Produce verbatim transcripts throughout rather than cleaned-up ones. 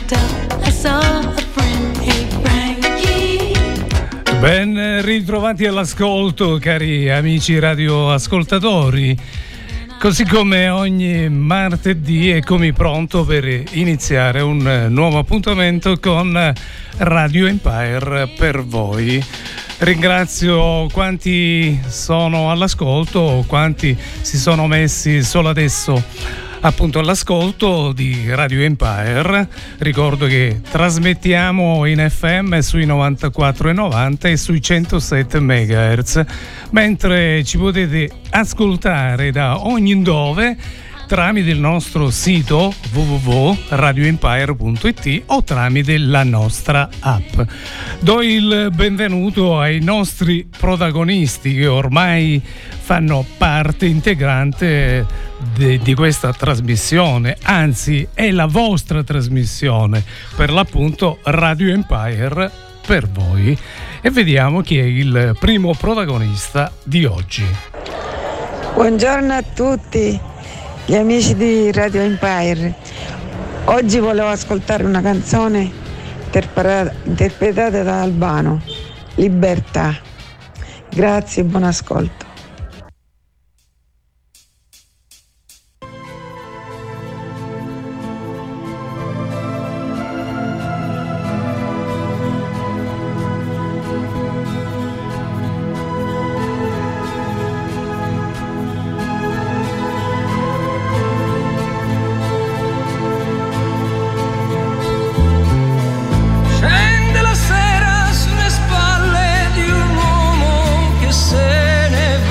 Ben ritrovati all'ascolto, cari amici radioascoltatori. Così come ogni martedì eccomi pronto per iniziare un nuovo appuntamento con Radio Empire per voi. Ringrazio quanti sono all'ascolto, quanti si sono messi solo adesso appunto all'ascolto di Radio Empire. Ricordo che trasmettiamo in F M sui novantaquattro e novanta e sui centosette megahertz, mentre ci potete ascoltare da ogni dove tramite il nostro sito w w w punto radio empire punto i t o tramite la nostra app. Do il benvenuto ai nostri protagonisti che ormai fanno parte integrante de, di questa trasmissione, anzi è la vostra trasmissione, per l'appunto Radio Empire per voi. E vediamo chi è il primo protagonista di oggi. Buongiorno a tutti gli amici di Radio Empire. Oggi volevo ascoltare una canzone interpretata da Albano, Libertà. Grazie e buon ascolto. Scende la sera sulle spalle di un uomo che se ne va.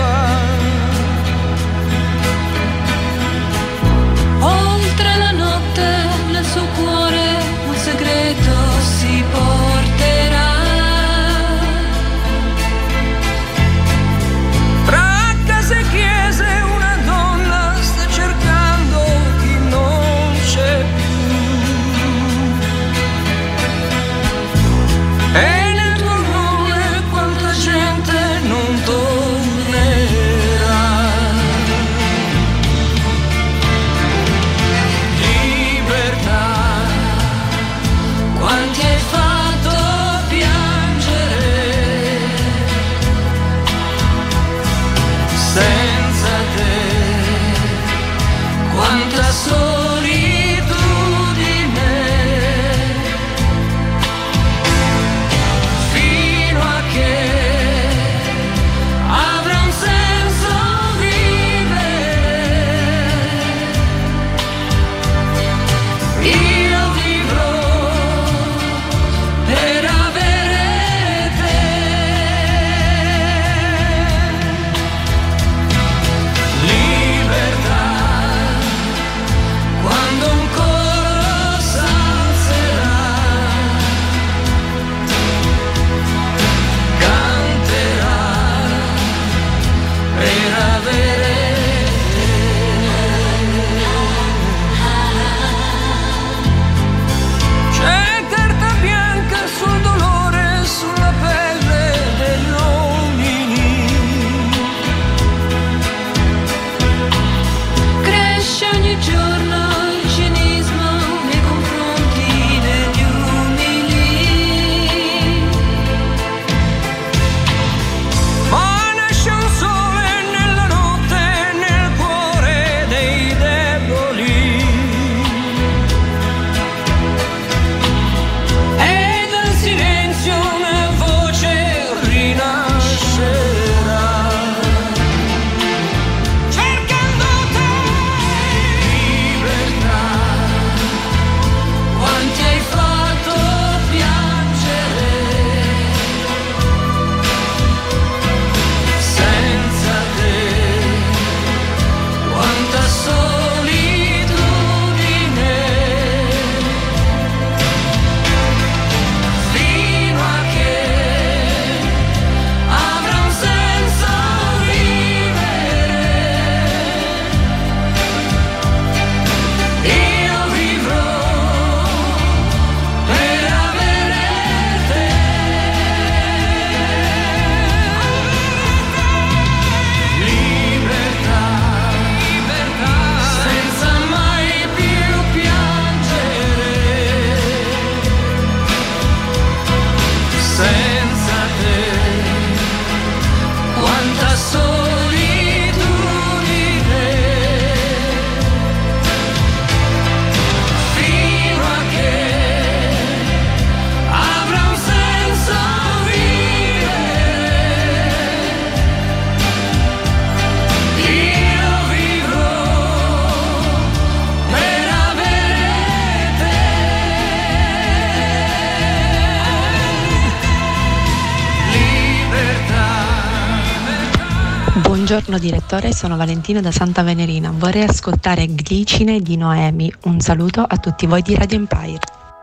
Buongiorno direttore, sono Valentina da Santa Venerina. Vorrei ascoltare Glicine di Noemi. Un saluto a tutti voi di Radio Empire.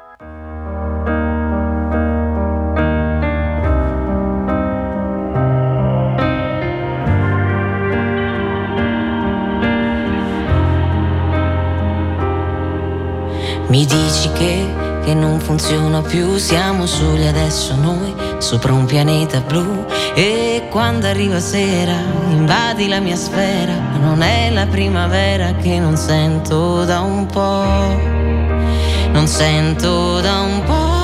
Mi dici che, che non funziona più, siamo soli adesso noi, sopra un pianeta blu. E quando arriva sera, invadi la mia sfera, ma non è la primavera che non sento da un po', non sento da un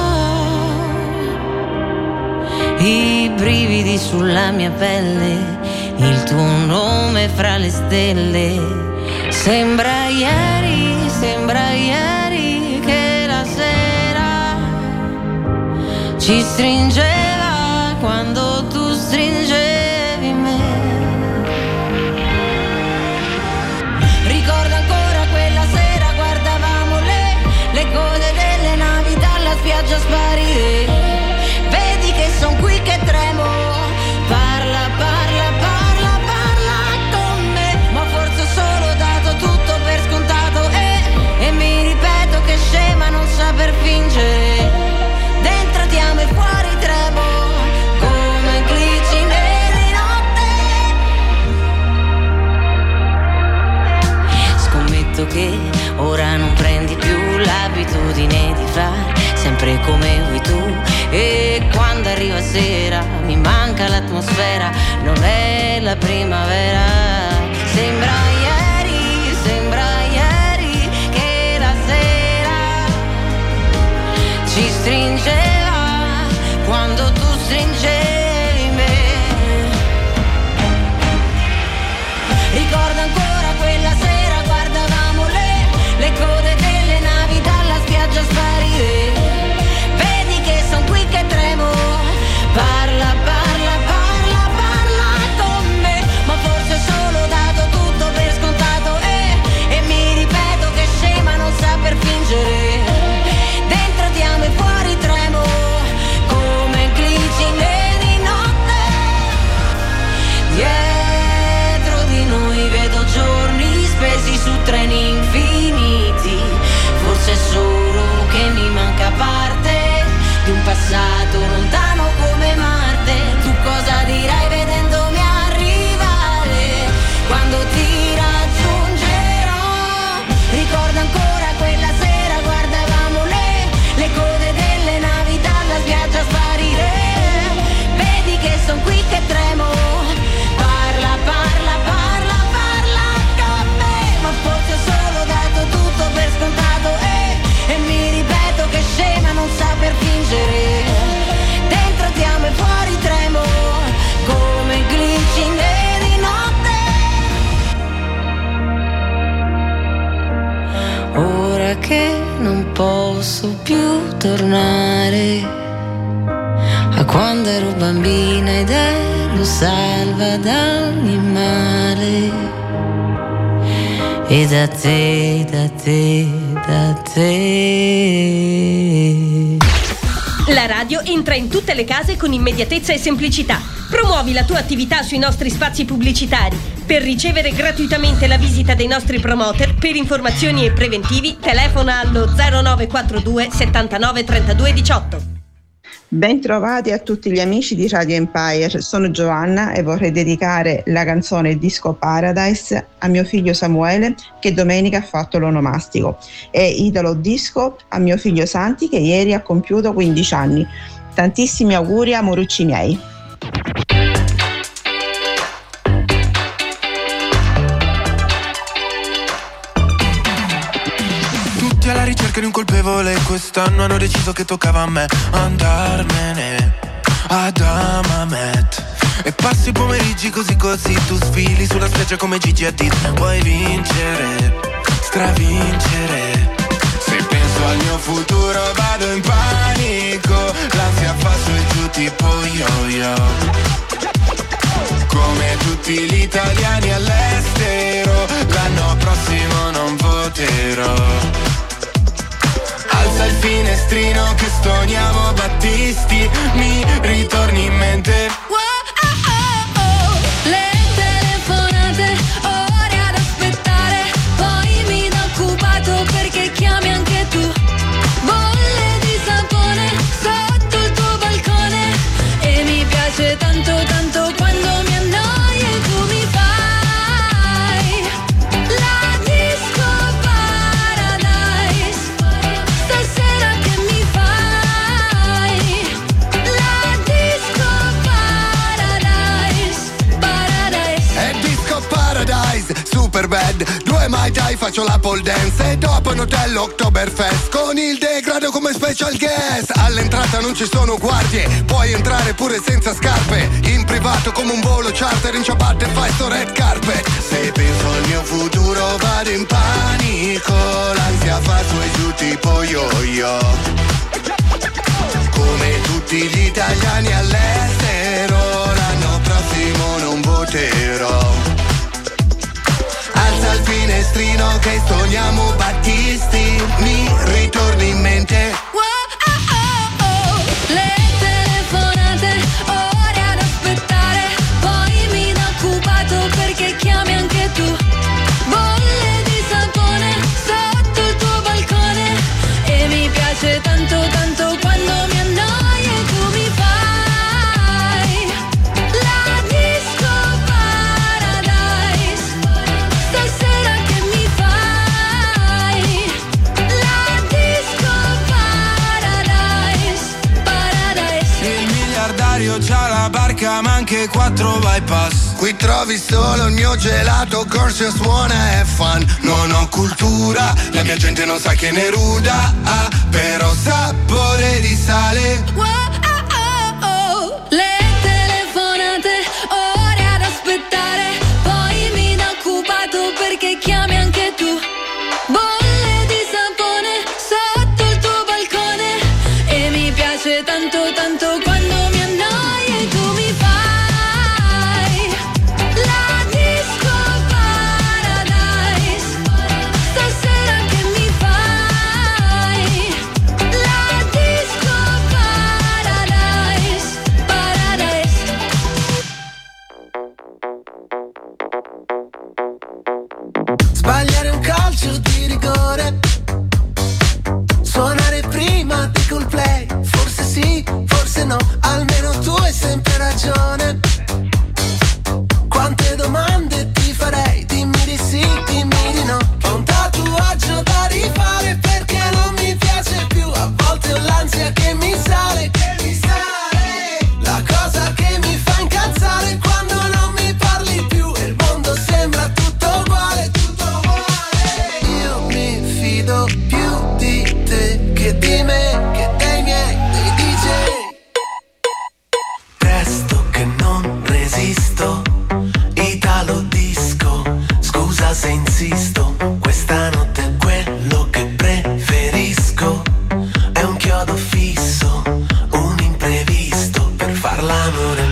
po'. I brividi sulla mia pelle, il tuo nome fra le stelle. Sembra ieri, sembra ieri ci stringeva quando tu stringevi me. Ricordo ancora quella sera, guardavamo le, le code delle navi dalla spiaggia sparire. Vedi che son qui che tremo, parla, parla, parla, parla con me. Ma forse ho solo dato tutto per scontato e, e mi ripeto che scema non saper fingere. Dentro ti amo e fuori tremo, come glicine di notte. Scommetto che ora non prendi più l'abitudine di fare sempre come vuoi tu. E quando arriva sera mi manca l'atmosfera, non è la primavera. Sembra ieri, sembra ieri che la sera ci stringeva quando tu stringevi me. Ricordo ancora quella sera, guardavamo le, le code delle navi dalla spiaggia sparire. Vedi che son qui che tremo, parla, parla, parla, parla con me. Ma forse ho solo dato tutto per scontato e, e mi ripeto che scema non saper fingere. Dentro ti amo e fuori tremo, come glicine di notte. Dietro di noi vedo giorni spesi su treni infiniti. Forse è solo che mi manca parte di un passato lontano come Marte. Tu cosa dirai vedendomi arrivare quando ti raggiungerò? Ricordo ancora quella sera, guardavamo le, le code delle navi dalla spiaggia sparire. Vedi che son qui che tremo, parla, parla, parla, parla con me. Ma forse ho solo dato tutto per scontato e, e mi ripeto che scema non saper fingere. Dentro ti amo e fuori tremo, come glicine di notte. Ora che non posso più tornare a quando ero bambina ed ero salva da ogni male. E da te, da te, da te. La radio entra in tutte le case con immediatezza e semplicità. Promuovi la tua attività sui nostri spazi pubblicitari. Per ricevere gratuitamente la visita dei nostri promoter, per informazioni e preventivi, telefona allo zero nove quattro due settantanove trentadue diciotto. Bentrovati a tutti gli amici di Radio Empire, sono Giovanna e vorrei dedicare la canzone Disco Paradise a mio figlio Samuele che domenica ha fatto l'onomastico e Italo Disco a mio figlio Santi che ieri ha compiuto quindici anni. Tantissimi auguri amorucci miei. Alla ricerca di un colpevole, quest'anno hanno deciso che toccava a me andarmene ad Amamet. E passi i pomeriggi così così, tu sfili sulla spiaggia come Gigi Hadid. Vuoi vincere, stravincere. Se penso al mio futuro vado in panico, l'ansia fa su e giù tipo yo-yo. Come tutti gli italiani all'estero, l'anno prossimo non voterò. Alza il finestrino che stoniamo Battisti, mi ritorni in mente. Wow, oh, oh, oh. Le telefonate super bad. Due Mai Tai, faccio la pole dance e dopo in hotel Oktoberfest con il degrado come special guest. All'entrata non ci sono guardie, puoi entrare pure senza scarpe, in privato come un volo charter, in ciabatte fai sto red carpet. Se penso al mio futuro vado in panico, l'ansia fa su e giù tipo yo-yo. Come tutti gli italiani all'estero, l'anno prossimo non voterò. Alza il finestrino che stoniamo Battisti, mi ritorni in mente. Le telefonate, ore ad aspettare, poi mi dà occupato perché chiami anche tu. Bolle di sapone sotto il tuo balcone e mi piace tanto tanto quando mi annoi e tu mi fai la disco paradise. Stasera che mi fai la disco paradise, paradise. Il miliardario c'ha la barca ma anche quattro bypass. Qui trovi solo il mio gelato, corso suona e fan. Non ho cultura, la mia gente non sa che ne ruda, ah, però sapore di sale. Wow, oh, oh, oh. Le telefonate, ore ad aspettare, poi mi dà occupato perché chiami anche tu. Bolle di sapone sotto il tuo balcone e mi piace tanto tanto quando mi annoi e tu mi fai la disco paradise. Stasera che mi fai la disco paradise, paradise. Sbagliare un calcio di rigore, suonare prima di Coldplay, forse sì, forse no, almeno tu hai sempre ragione. Quante domande ti farei, dimmi di sì, dimmi di no. Ho un tatuaggio da rifare perché non mi piace più, a volte ho l'ansia che mi sale, che mi sale. La cosa che mi fa incazzare è quando non mi parli più e il mondo sembra tutto uguale, tutto uguale. Io mi fido più di te che di me, che dei miei, dei D J. Presto che non resisto, Italo disco, scusa se insisto, questa notte è quello che preferisco, è un chiodo fisso, un imprevisto per far l'amore.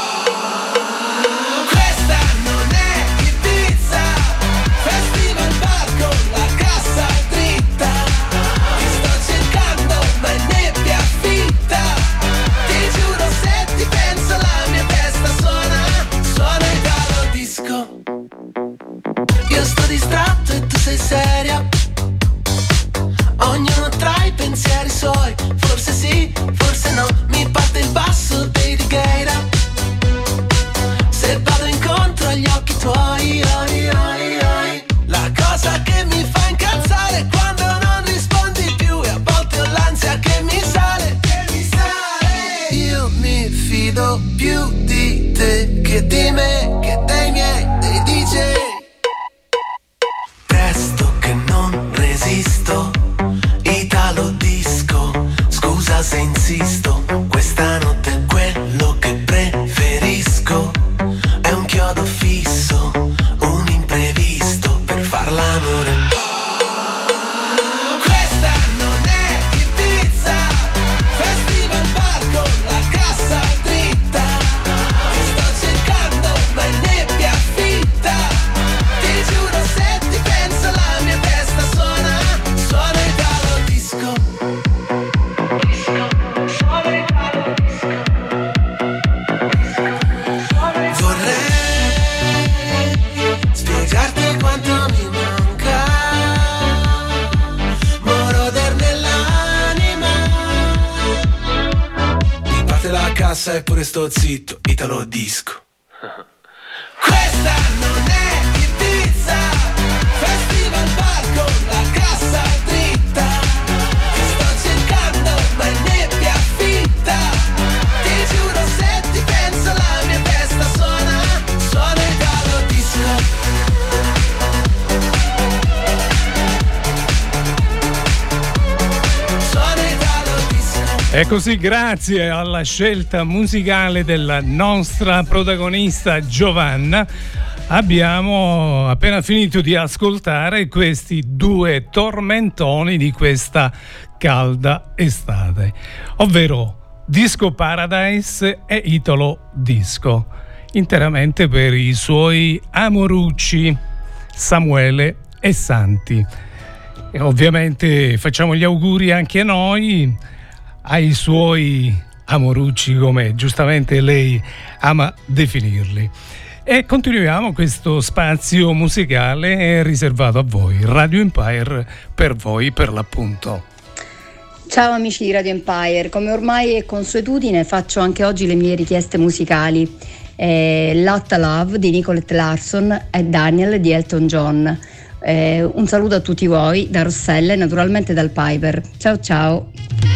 Questa non è Ibiza, festival bar con la cassa dritta, ti sto cercando ma è nebbia fitta, ti giuro se ti penso la mia testa suona, suona Italo disco. Io sto distratto e tu sei seria, ognuno tra i pensieri suoi, forse sì, forse no, mi parte il basso dei Righeira, se vado incontro agli occhi tuoi, oi, oi, oi. La cosa che mi fa incazzare è quando non rispondi più e a volte ho l'ansia che mi sale, che mi sale. Io mi fido più di te che di me, che dei miei, dei D J. Presto che non resisto, Italo disco, scusa se insisto, questa notte è quello che preferisco, è un chiodo fisso, un imprevisto per far l'amore. Questa non è Ibiza, festival bar con la cassa dritta, ti sto cercando ma è nebbia fitta, ti giuro se ti penso la mia testa suona, suona Italo disco. Suona Italo disco. Vorrei spiegarti quanto mi manca, moroder nell'anima. Mi parte la cassa e pure sto zitto, Italo disco. Questa non è Ibiza, festival bar con la cassa dritta, ti sto cercando ma è nebbia fitta, ti giuro se ti penso la mia testa suona, suona Italo disco. E così, grazie alla scelta musicale della nostra protagonista Giovanna, abbiamo appena finito di ascoltare questi due tormentoni di questa calda estate, ovvero Disco Paradise e Italo Disco, interamente per i suoi amorucci Samuele e Santi. E ovviamente facciamo gli auguri anche noi ai suoi amorucci, come giustamente lei ama definirli. E continuiamo questo spazio musicale riservato a voi, Radio Empire, per voi per l'appunto. Ciao amici di Radio Empire, come ormai è consuetudine faccio anche oggi le mie richieste musicali. Eh, Lotta Love di Nicolette Larson e Daniel di Elton John. Eh, un saluto a tutti voi da Rossella e naturalmente dal Piper. Ciao ciao.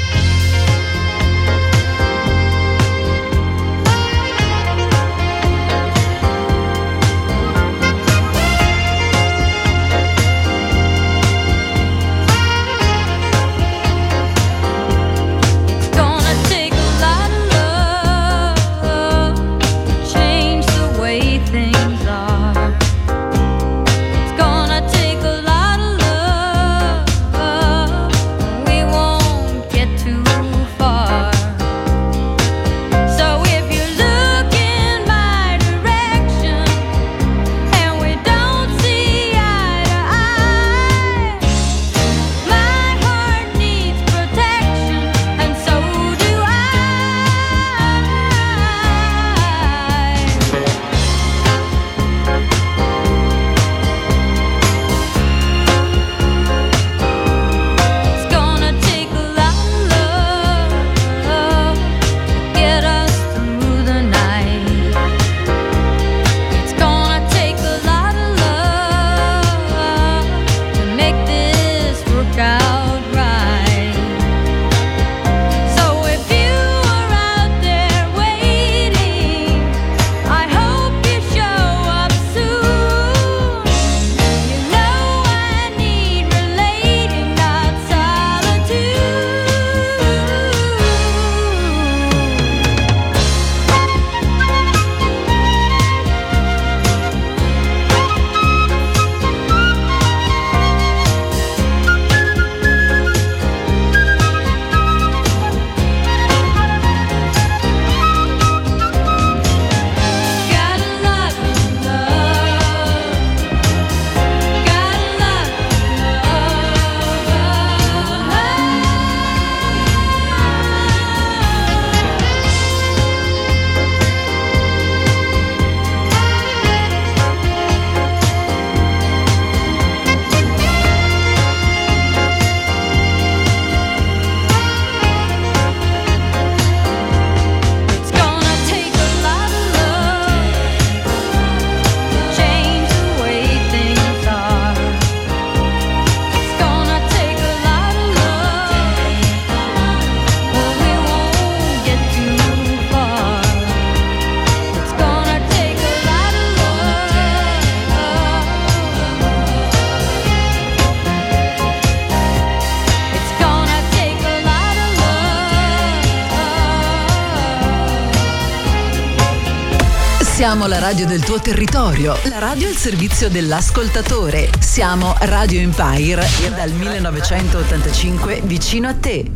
Siamo la radio del tuo territorio, la radio al servizio dell'ascoltatore. Siamo Radio Empire dal millenovecentottantacinque vicino a te.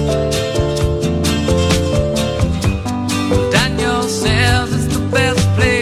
Daniel says it's the best place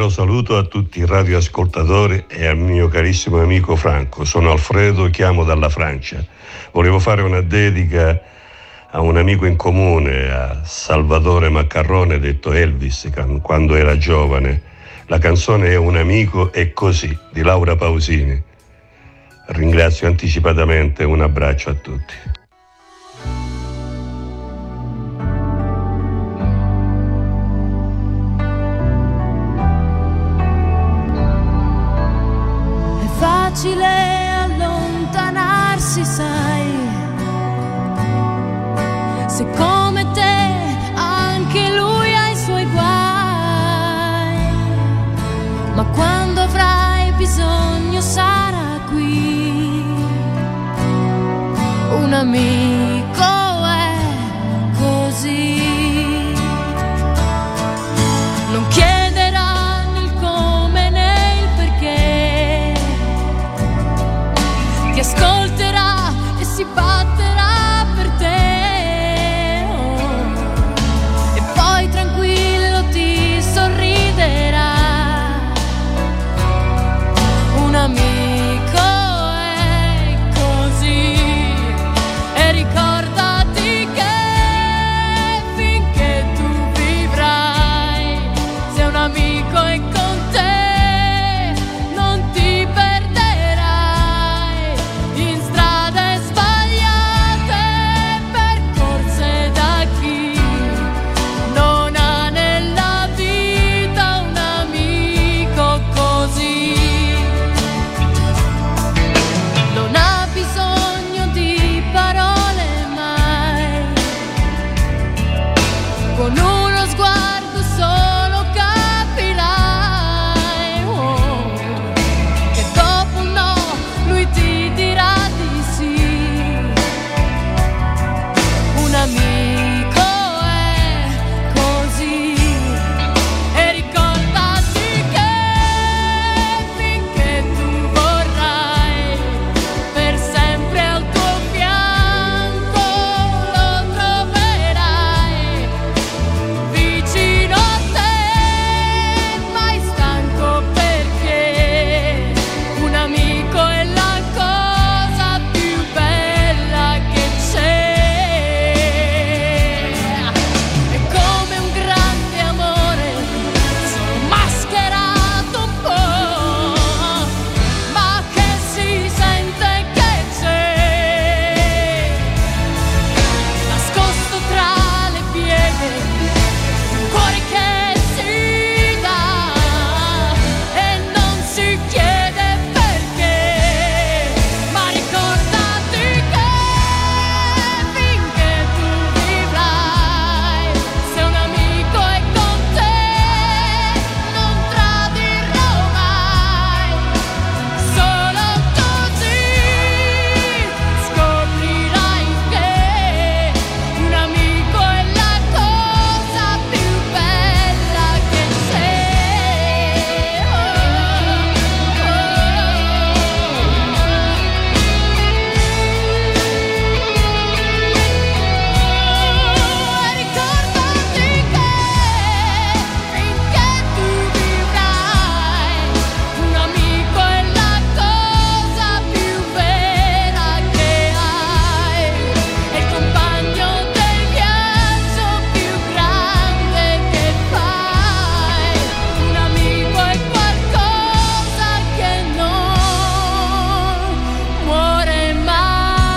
caro saluto a tutti i radioascoltatori e al mio carissimo amico Franco. Sono Alfredo, chiamo dalla Francia. Volevo fare una dedica a un amico in comune, a Salvatore Maccarrone, detto Elvis, quando era giovane. La canzone è Un amico è così, di Laura Pausini. Ringrazio anticipatamente, un abbraccio a tutti. È facile allontanarsi, sai, se come te anche lui ha i suoi guai, ma quando avrai bisogno sarà qui, un amico è così, non chiederà né il come né il perché, ti ascolterà e si batterà per te, oh. E poi tranquillo ti sorriderà, un amico è così. E ricordati che finché tu vivrai, se un amico è con te non ti perderai in strade sbagliate, percorse da chi non ha nella vita un amico così. Non ha bisogno di parole mai, con uno sguardo solo capirai, oh, che dopo un no lui ti dirà di sì, un amico è così. E ricordati che finché tu vorrai, per sempre al tuo fianco lo troverai, vicino a te, mai stanco, perché un amico è la cosa più bella che c'è. È come un grande amore, solo mascherato un po', ma che si sente che c'è, nascosto tra le pieghe, un cuore che si dà e non si chiede perché. Ma ricordati che finché tu vivrai, se un amico è con te non tradirò mai, solo così scoprirai che un amico è la cosa più bella che c'è. Oh, oh, oh. Ricordati che finché tu vivrai, un amico è la cosa più vera che hai, è il compagno del viaggio più grande che fai, un amico è qualcosa che non muore mai.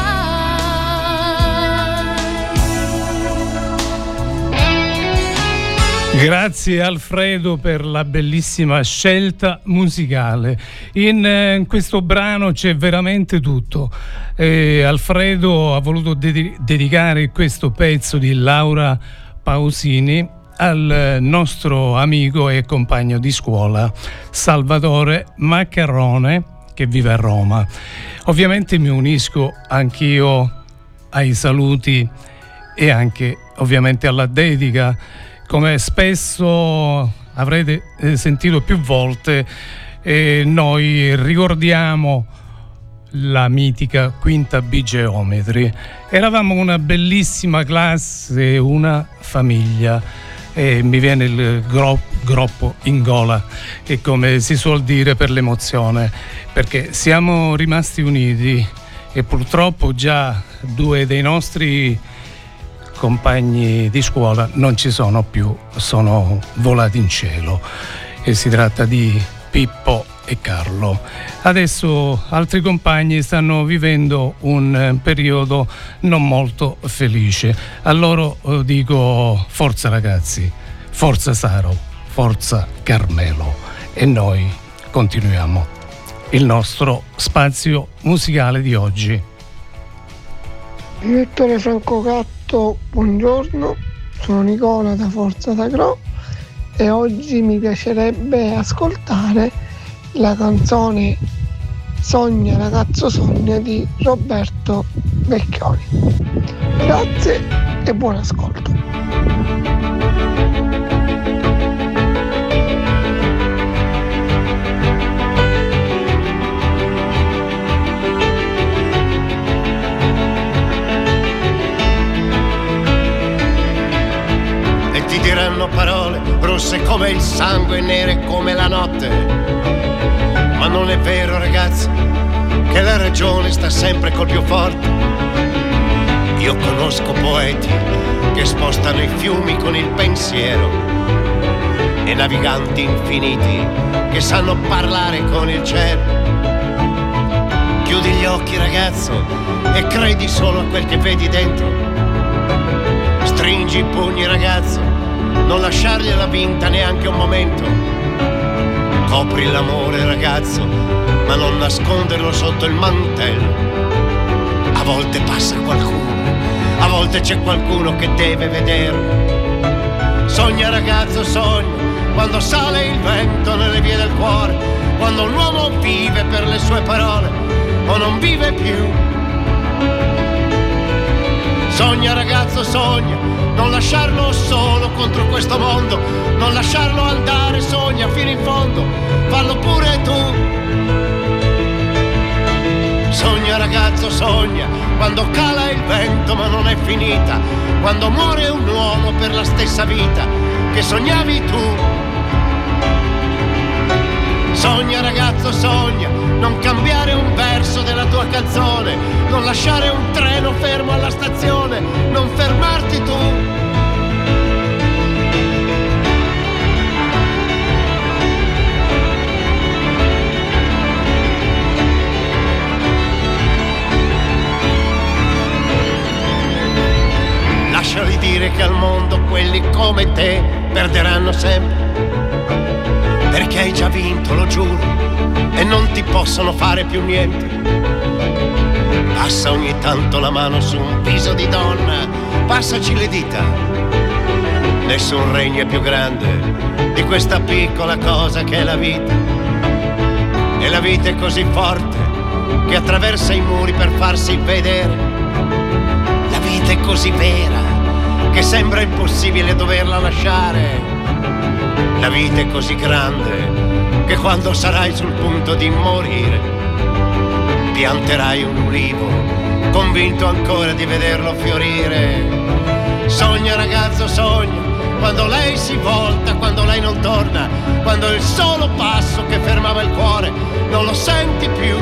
Grazie Alfredo per la bellissima scelta musicale. In, eh, in questo brano c'è veramente tutto. Eh, Alfredo ha voluto dedi- dedicare questo pezzo di Laura Pausini al nostro amico e compagno di scuola Salvatore Maccarrone, che vive a Roma. Ovviamente mi unisco anch'io ai saluti e anche ovviamente alla dedica. Come spesso avrete eh, sentito più volte, eh, noi ricordiamo la mitica quinta B Geometry. Eravamo una bellissima classe, una famiglia. e mi viene il gro- groppo in gola, e come si suol dire, per l'emozione, perché siamo rimasti uniti e purtroppo già due dei nostri compagni di scuola non ci sono più, sono volati in cielo, e si tratta di Pippo e Carlo. Adesso altri compagni stanno vivendo un periodo non molto felice. A loro eh, dico forza ragazzi, forza Saro, forza Carmelo, e noi continuiamo il nostro spazio musicale di oggi. Direttore Franco Gatto, buongiorno, sono Nicola da Forza Sacro e oggi mi piacerebbe ascoltare la canzone Sogna ragazzo sogna di Roberto Vecchioni. Grazie e buon ascolto. E ti diranno parole rosse come il sangue e nere come la notte. Ma non è vero ragazzi, che la ragione sta sempre col più forte. Io conosco poeti che spostano i fiumi con il pensiero e naviganti infiniti che sanno parlare con il cielo. Chiudi gli occhi ragazzo e credi solo a quel che vedi dentro. Stringi i pugni ragazzo, non lasciargliela vinta neanche un momento. Copri l'amore ragazzo, ma non nasconderlo sotto il mantello. A volte passa qualcuno, a volte c'è qualcuno che deve vederlo. Sogna ragazzo, sogna, quando sale il vento nelle vie del cuore, quando un uomo vive per le sue parole o non vive più. Sogna ragazzo, sogna, non lasciarlo solo contro questo mondo, non lasciarlo andare, sogna fino in fondo, fallo pure tu. Sogna ragazzo, sogna, quando cala il vento ma non è finita, quando muore un uomo per la stessa vita che sognavi tu. Sogna ragazzo, sogna, non cambiare un verso della tua canzone, non lasciare un treno fermo alla stazione, non fermarti tu. Lasciali dire che al mondo quelli come te perderanno sempre, perché hai già vinto, lo giuro, e non ti possono fare più niente. Passa ogni tanto la mano su un viso di donna, passaci le dita. Nessun regno è più grande di questa piccola cosa che è la vita. E la vita è così forte che attraversa i muri per farsi vedere. La vita è così vera che sembra impossibile doverla lasciare. La vita è così grande che quando sarai sul punto di morire pianterai un ulivo, convinto ancora di vederlo fiorire. Sogna ragazzo, sogna, quando lei si volta, quando lei non torna, quando il solo passo che fermava il cuore non lo senti più.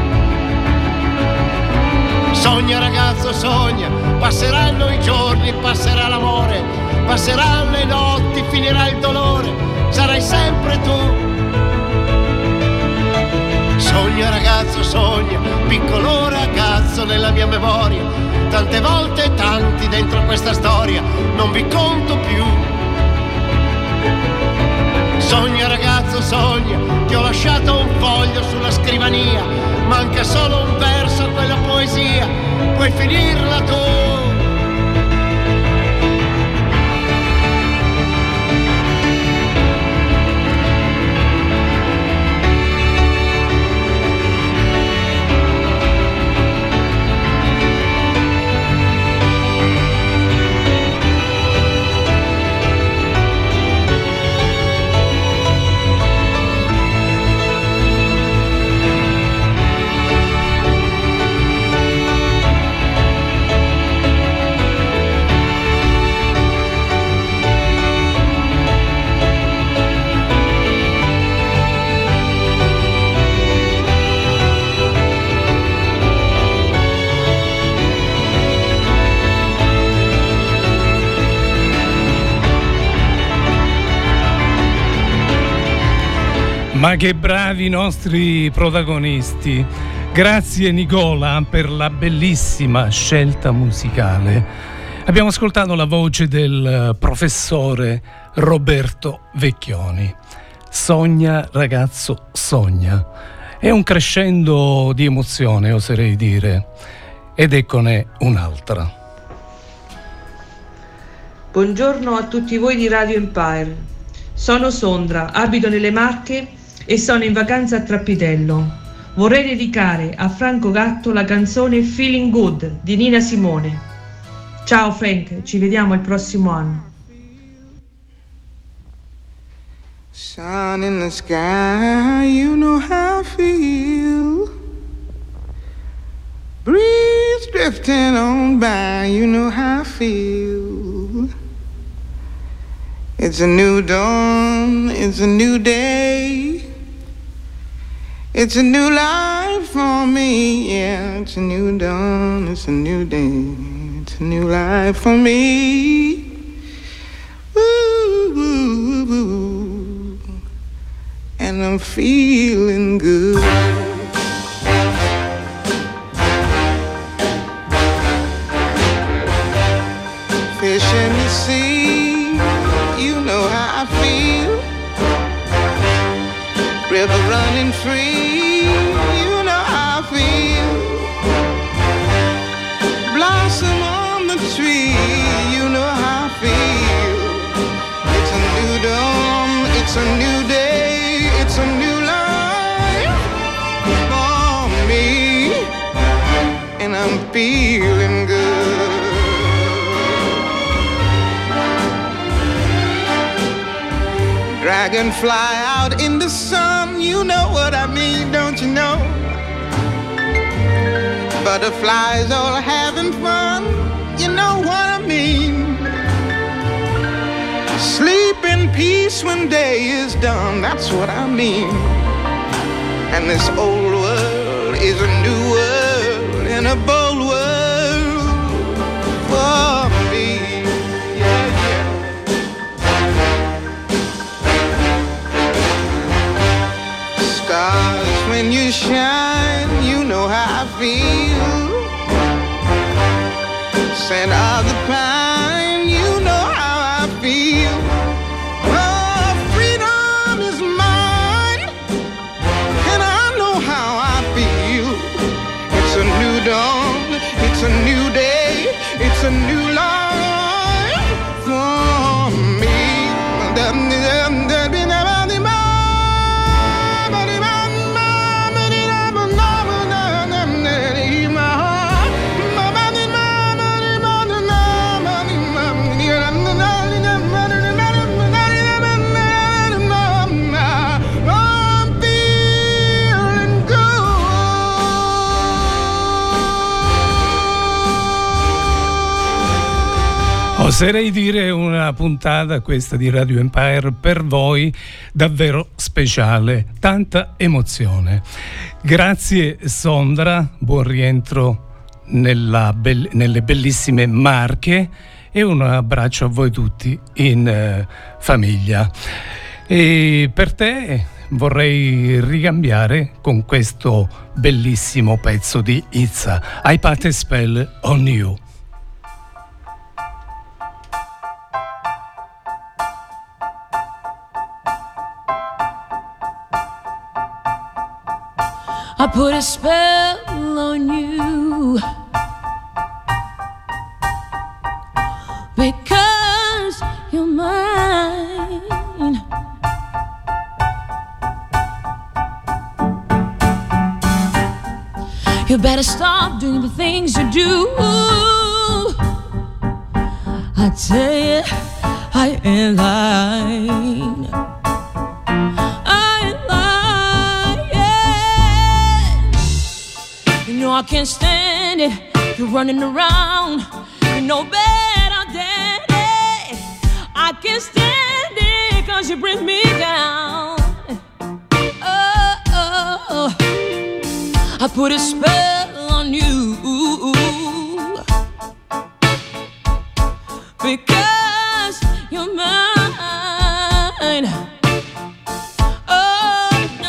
Sogna ragazzo, sogna, passeranno i giorni, passerà l'amore, passeranno le notti, finirà il dolore, sarai sempre tu. Sogna ragazzo, sogna, piccolo ragazzo nella mia memoria, tante volte e tanti dentro questa storia, non vi conto più. Sogna ragazzo, sogna, ti ho lasciato un foglio sulla scrivania, manca solo un verso a quella poesia, puoi finirla tu. Ma che bravi i nostri protagonisti. Grazie Nicola per la bellissima scelta musicale. Abbiamo ascoltato la voce del professore Roberto Vecchioni. Sogna ragazzo, sogna. È un crescendo di emozione, oserei dire. Ed eccone un'altra. Buongiorno a tutti voi di Radio Empire. Sono Sondra, abito nelle Marche e sono in vacanza a Trappitello. Vorrei dedicare a Franco Gatto la canzone Feeling Good di Nina Simone. Ciao Frank, ci vediamo il prossimo anno. Sun in the sky, you know how I feel. Breeze drifting on by, you know how I feel. It's a new dawn, it's a new day. It's a new life for me, yeah. It's a new dawn, it's a new day. It's a new life for me. Ooh, ooh, ooh. And I'm feeling good. Fish in the sea, you know how I feel. River running free, you know how I feel. Blossom on the tree, you know how I feel. It's a new dawn, it's a new day, it's a new life for me. And I'm feeling good. Dragonfly out in the sun, you know what I mean, don't you know? Butterflies all having fun, you know what I mean. Sleep in peace when day is done, that's what I mean. And this old world is a new world and a bold world for me. Stars, when you shine, you know how I feel. Scent of the pine, you know how I feel. Oh, freedom is mine, and I know how I feel. It's a new dawn, it's a new day, it's a new life for me. Oserei dire una puntata questa di Radio Empire per voi davvero speciale, tanta emozione. Grazie Sondra, buon rientro nella be- nelle bellissime Marche e un abbraccio a voi tutti in eh, famiglia. E per te vorrei ricambiare con questo bellissimo pezzo di Izza, I Put a Spell on You. I put a spell on you because you're mine. You better stop doing the things you do. I tell you, I ain't lying. I can't stand it, you're running around, you're no better daddy. I can't stand it, cause you bring me down. Oh, oh, oh. I put a spell on you because you're mine. Oh,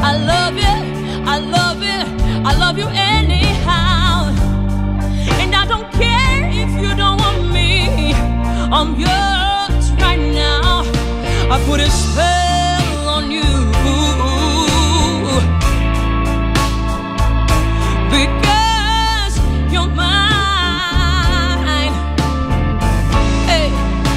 I love you, I love you, I love you anyhow. And I don't care if you don't want me, I'm yours right now. I put a spell on you because you're mine. Hey.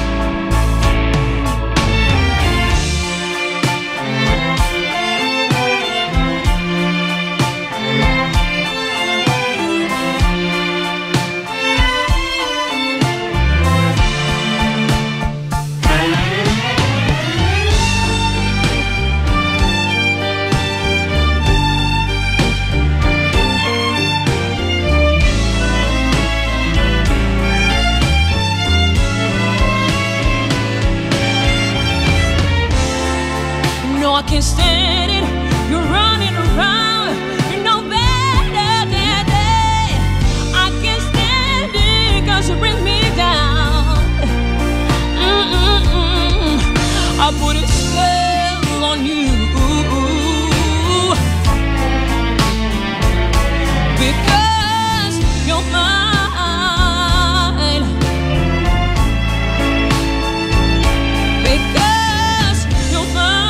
I can't stand it. You're running around. You're no better than that. I can't stand it 'cause you bring me down. Mm-mm-mm. I put a spell on you because you're mine. Because you're mine.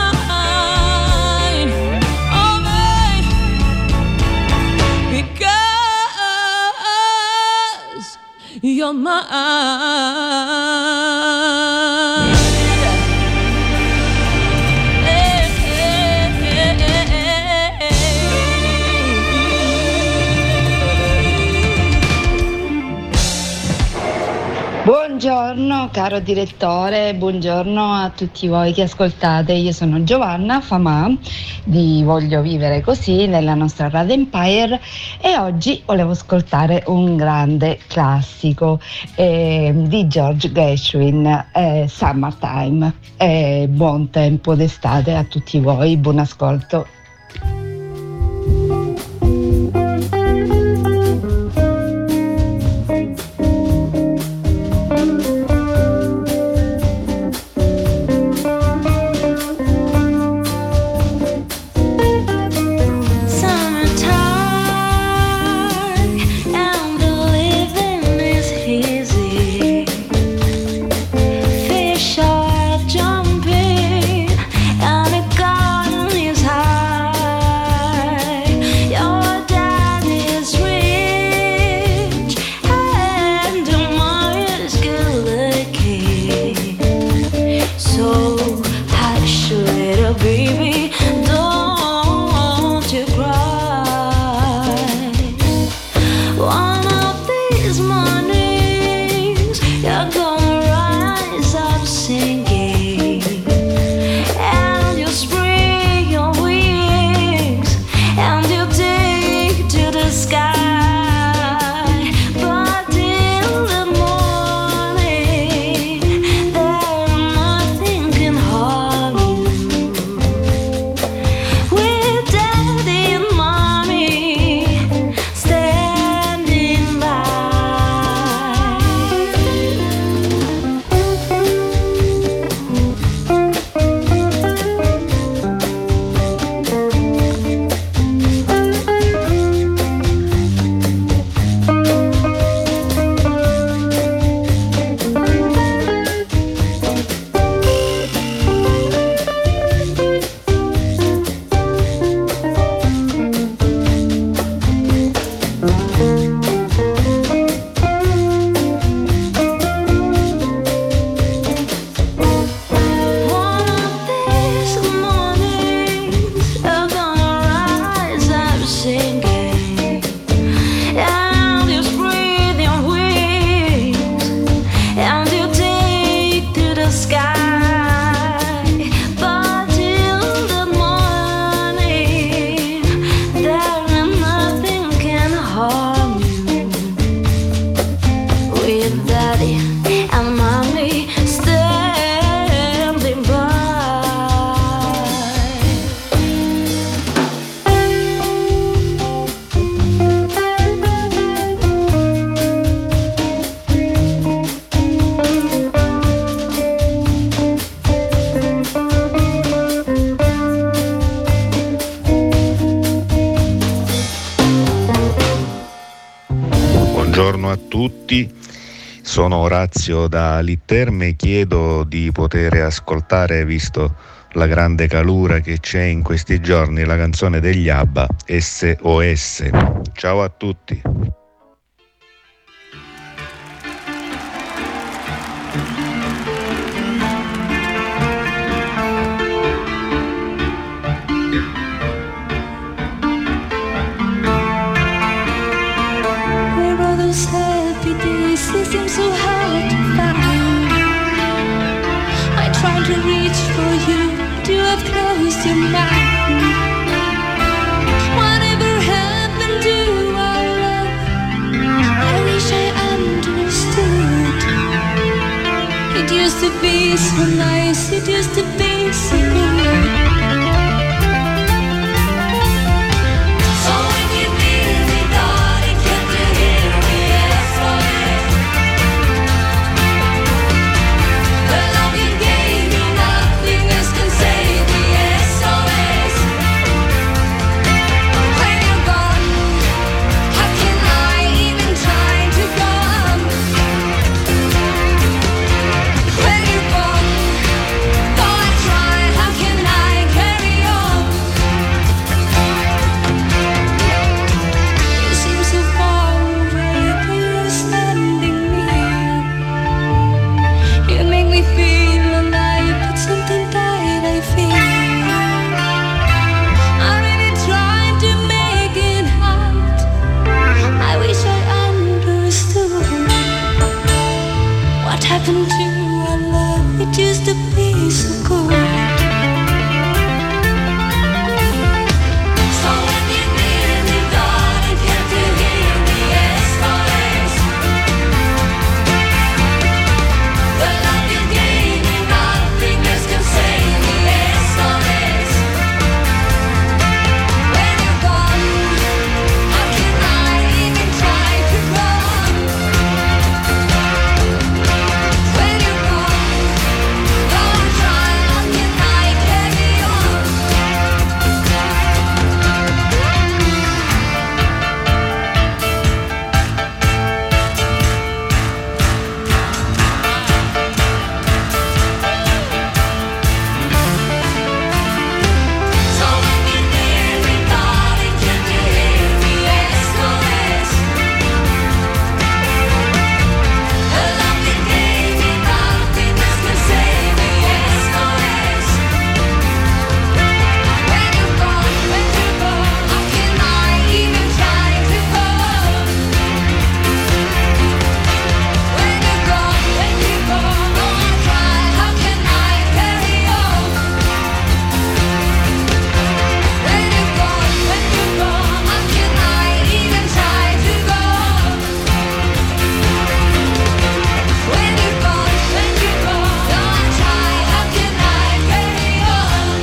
You're mine. Buongiorno caro direttore, buongiorno a tutti voi che ascoltate. Io sono Giovanna Famà di Voglio Vivere Così nella nostra Radio Empire e oggi volevo ascoltare un grande classico eh, di George Gershwin, eh, Summertime. Eh, buon tempo d'estate a tutti voi, buon ascolto. Fish are jumping and the garden is high. buongiorno a tutti. Sono Orazio da Litterme, chiedo di poter ascoltare, visto la grande calura che c'è in questi giorni, la canzone degli ABBA, S O S. Ciao a tutti. Closed your mouth. Whatever happened to our love? I wish I understood. It used to be so nice, it used to be so good. So when you need me, darling, can't you hear me? S O S. The love you gave me, nothing else can save me. S O S. When you're gone, how can I even try to go on? When you're gone, though I try, how can I carry on? You seem so far away, but you're standing near. You make me feel alive, but something died, I feel. I really tried to make it out. I wish I understood what happened to our love. It used to be so good. So when you need me, darling, can't you hear me? S O S. The love you gave me, nothing else can save me. S O S. When you're gone, how can I even try to go on? When you're gone, though I try, how can I carry on? So when you need me, darling, can't you hear me? S O S. The love you gave me, nothing else can save me. S O S. When you're gone, when you're gone, how can I even try to go on? When you're gone, when you're gone, though I try, how can I carry on? When you're gone, when you're gone, how can I even try to go on? When you're gone, when you're gone, though I try, how can I carry on?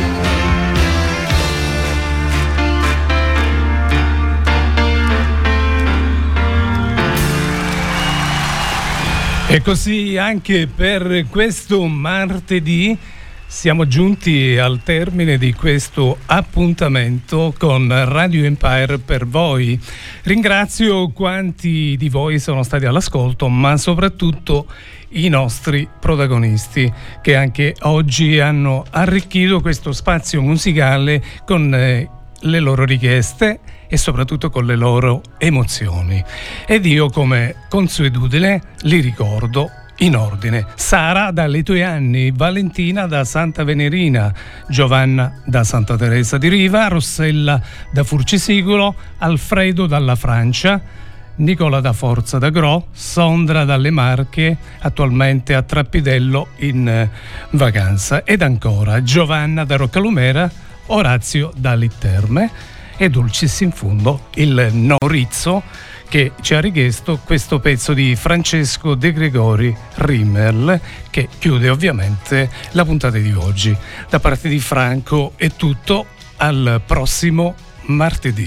E così anche per questo martedì siamo giunti al termine di questo appuntamento con Radio Empire per voi. Ringrazio quanti di voi sono stati all'ascolto, ma soprattutto i nostri protagonisti che anche oggi hanno arricchito questo spazio musicale con eh, le loro richieste e soprattutto con le loro emozioni. Ed io, come consuetudine, li ricordo in ordine: Sara dalle tue anni, Valentina da Santa Venerina, Giovanna da Santa Teresa di Riva, Rossella da Furcisicolo, Alfredo dalla Francia, Nicola da Forza d'Agro, Sondra dalle Marche, attualmente a Trappidello in eh, vacanza, ed ancora Giovanna da Roccalumera, Orazio da Litterme e dulcis in fundo il Norizzo, che ci ha richiesto questo pezzo di Francesco De Gregori Rimmel, che chiude ovviamente la puntata di oggi. Da parte di Franco è tutto, al prossimo martedì.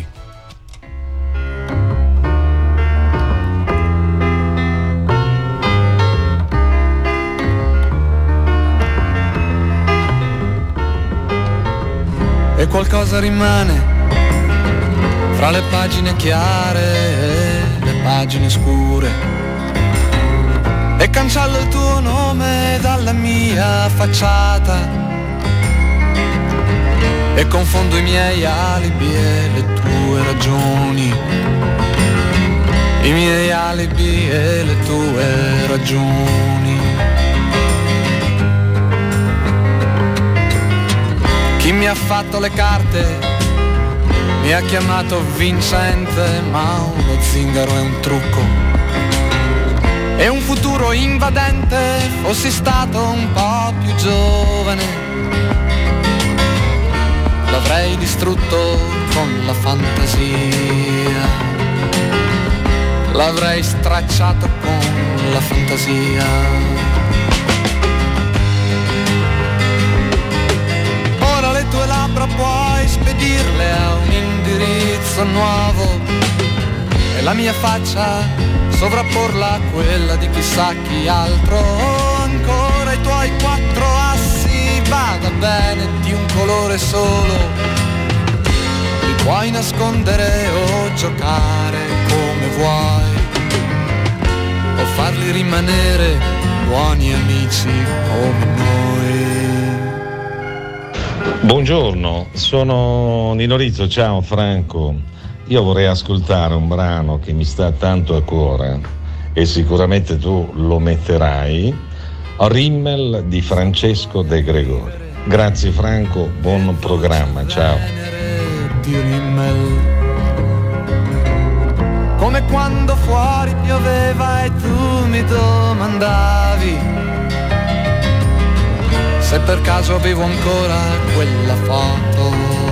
E qualcosa rimane fra le pagine chiare e le pagine scure e cancello il tuo nome dalla mia facciata e confondo i miei alibi e le tue ragioni, i miei alibi e le tue ragioni. Chi mi ha fatto le carte mi ha chiamato vincente, ma uno zingaro è un trucco e un futuro invadente. Fossi stato un po' più giovane, l'avrei distrutto con la fantasia, l'avrei stracciato con la fantasia. Ora le tue labbra puoi spedirle a un indirizzo nuovo e la mia faccia sovrapporla a quella di chissà chi altro. Ancora i tuoi quattro assi, vada bene, di un colore solo, li puoi nascondere o giocare come vuoi o farli rimanere buoni amici come noi. Buongiorno, sono Nino Rizzo, ciao Franco. Io vorrei ascoltare un brano che mi sta tanto a cuore e sicuramente tu lo metterai, Rimmel di Francesco De Gregori. Grazie Franco, buon programma, ciao. Di Rimmel, come quando fuori pioveva e tu mi domandavi se per caso avevo ancora quella foto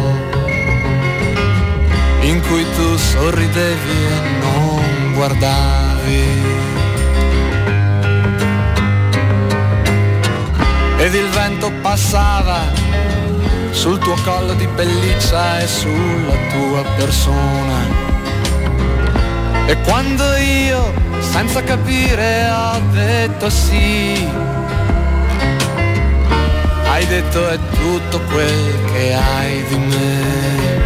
in cui tu sorridevi e non guardavi, ed il vento passava sul tuo collo di pelliccia e sulla tua persona, e quando io senza capire ho detto sì, hai detto è tutto quel che hai di me,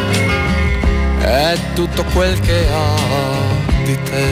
è tutto quel che ho di te.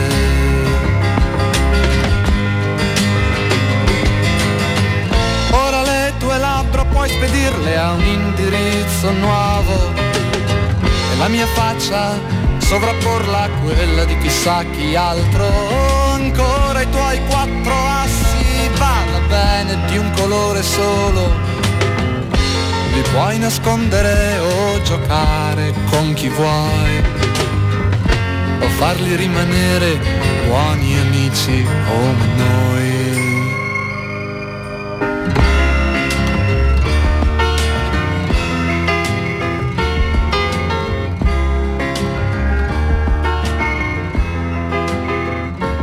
Ora le tue labbra puoi spedirle a un indirizzo nuovo e la mia faccia sovrapporla a quella di chissà chi altro. Ancora i tuoi quattro assi, vada bene, di un colore solo, li puoi nascondere o giocare con chi vuoi o farli rimanere buoni amici come noi.